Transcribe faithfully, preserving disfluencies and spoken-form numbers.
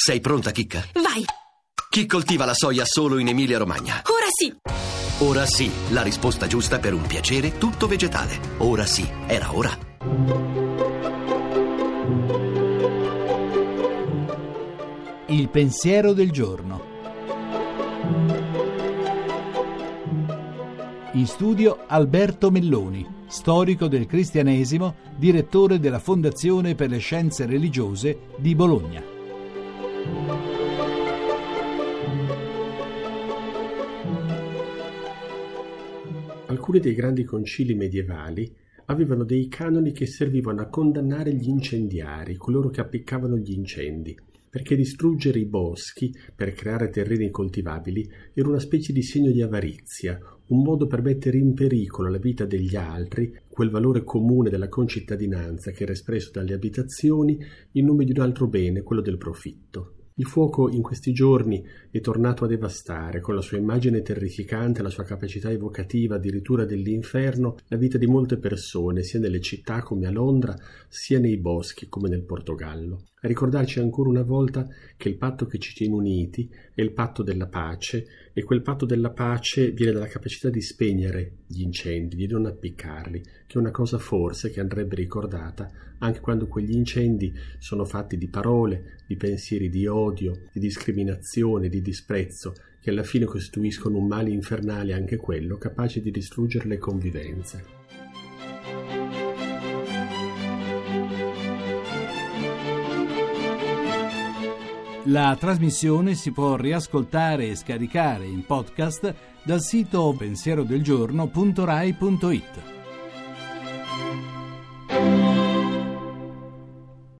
Sei pronta, Chicca? Vai! Chi coltiva la soia solo in Emilia-Romagna? Ora sì! Ora sì, la risposta giusta per un piacere tutto vegetale. Ora sì, era ora. Il pensiero del giorno. In studio Alberto Melloni, storico del cristianesimo, direttore della Fondazione per le Scienze Religiose di Bologna. Alcuni dei grandi concili medievali avevano dei canoni che servivano a condannare gli incendiari, coloro che appiccavano gli incendi, perché distruggere i boschi per creare terreni coltivabili era una specie di segno di avarizia, un modo per mettere in pericolo la vita degli altri, quel valore comune della concittadinanza che era espresso dalle abitazioni in nome di un altro bene, quello del profitto. Il fuoco in questi giorni è tornato a devastare, con la sua immagine terrificante, la sua capacità evocativa addirittura dell'inferno, la vita di molte persone, sia nelle città come a Londra, sia nei boschi come nel Portogallo. A ricordarci ancora una volta che il patto che ci tiene uniti è il patto della pace, e quel patto della pace viene dalla capacità di spegnere gli incendi, di non appiccarli, che è una cosa forse che andrebbe ricordata anche quando quegli incendi sono fatti di parole, di pensieri di odio, di discriminazione, di disprezzo, che alla fine costituiscono un male infernale, anche quello, capace di distruggere le convivenze. La trasmissione si può riascoltare e scaricare in podcast dal sito pensierodelgiorno punto rai punto it.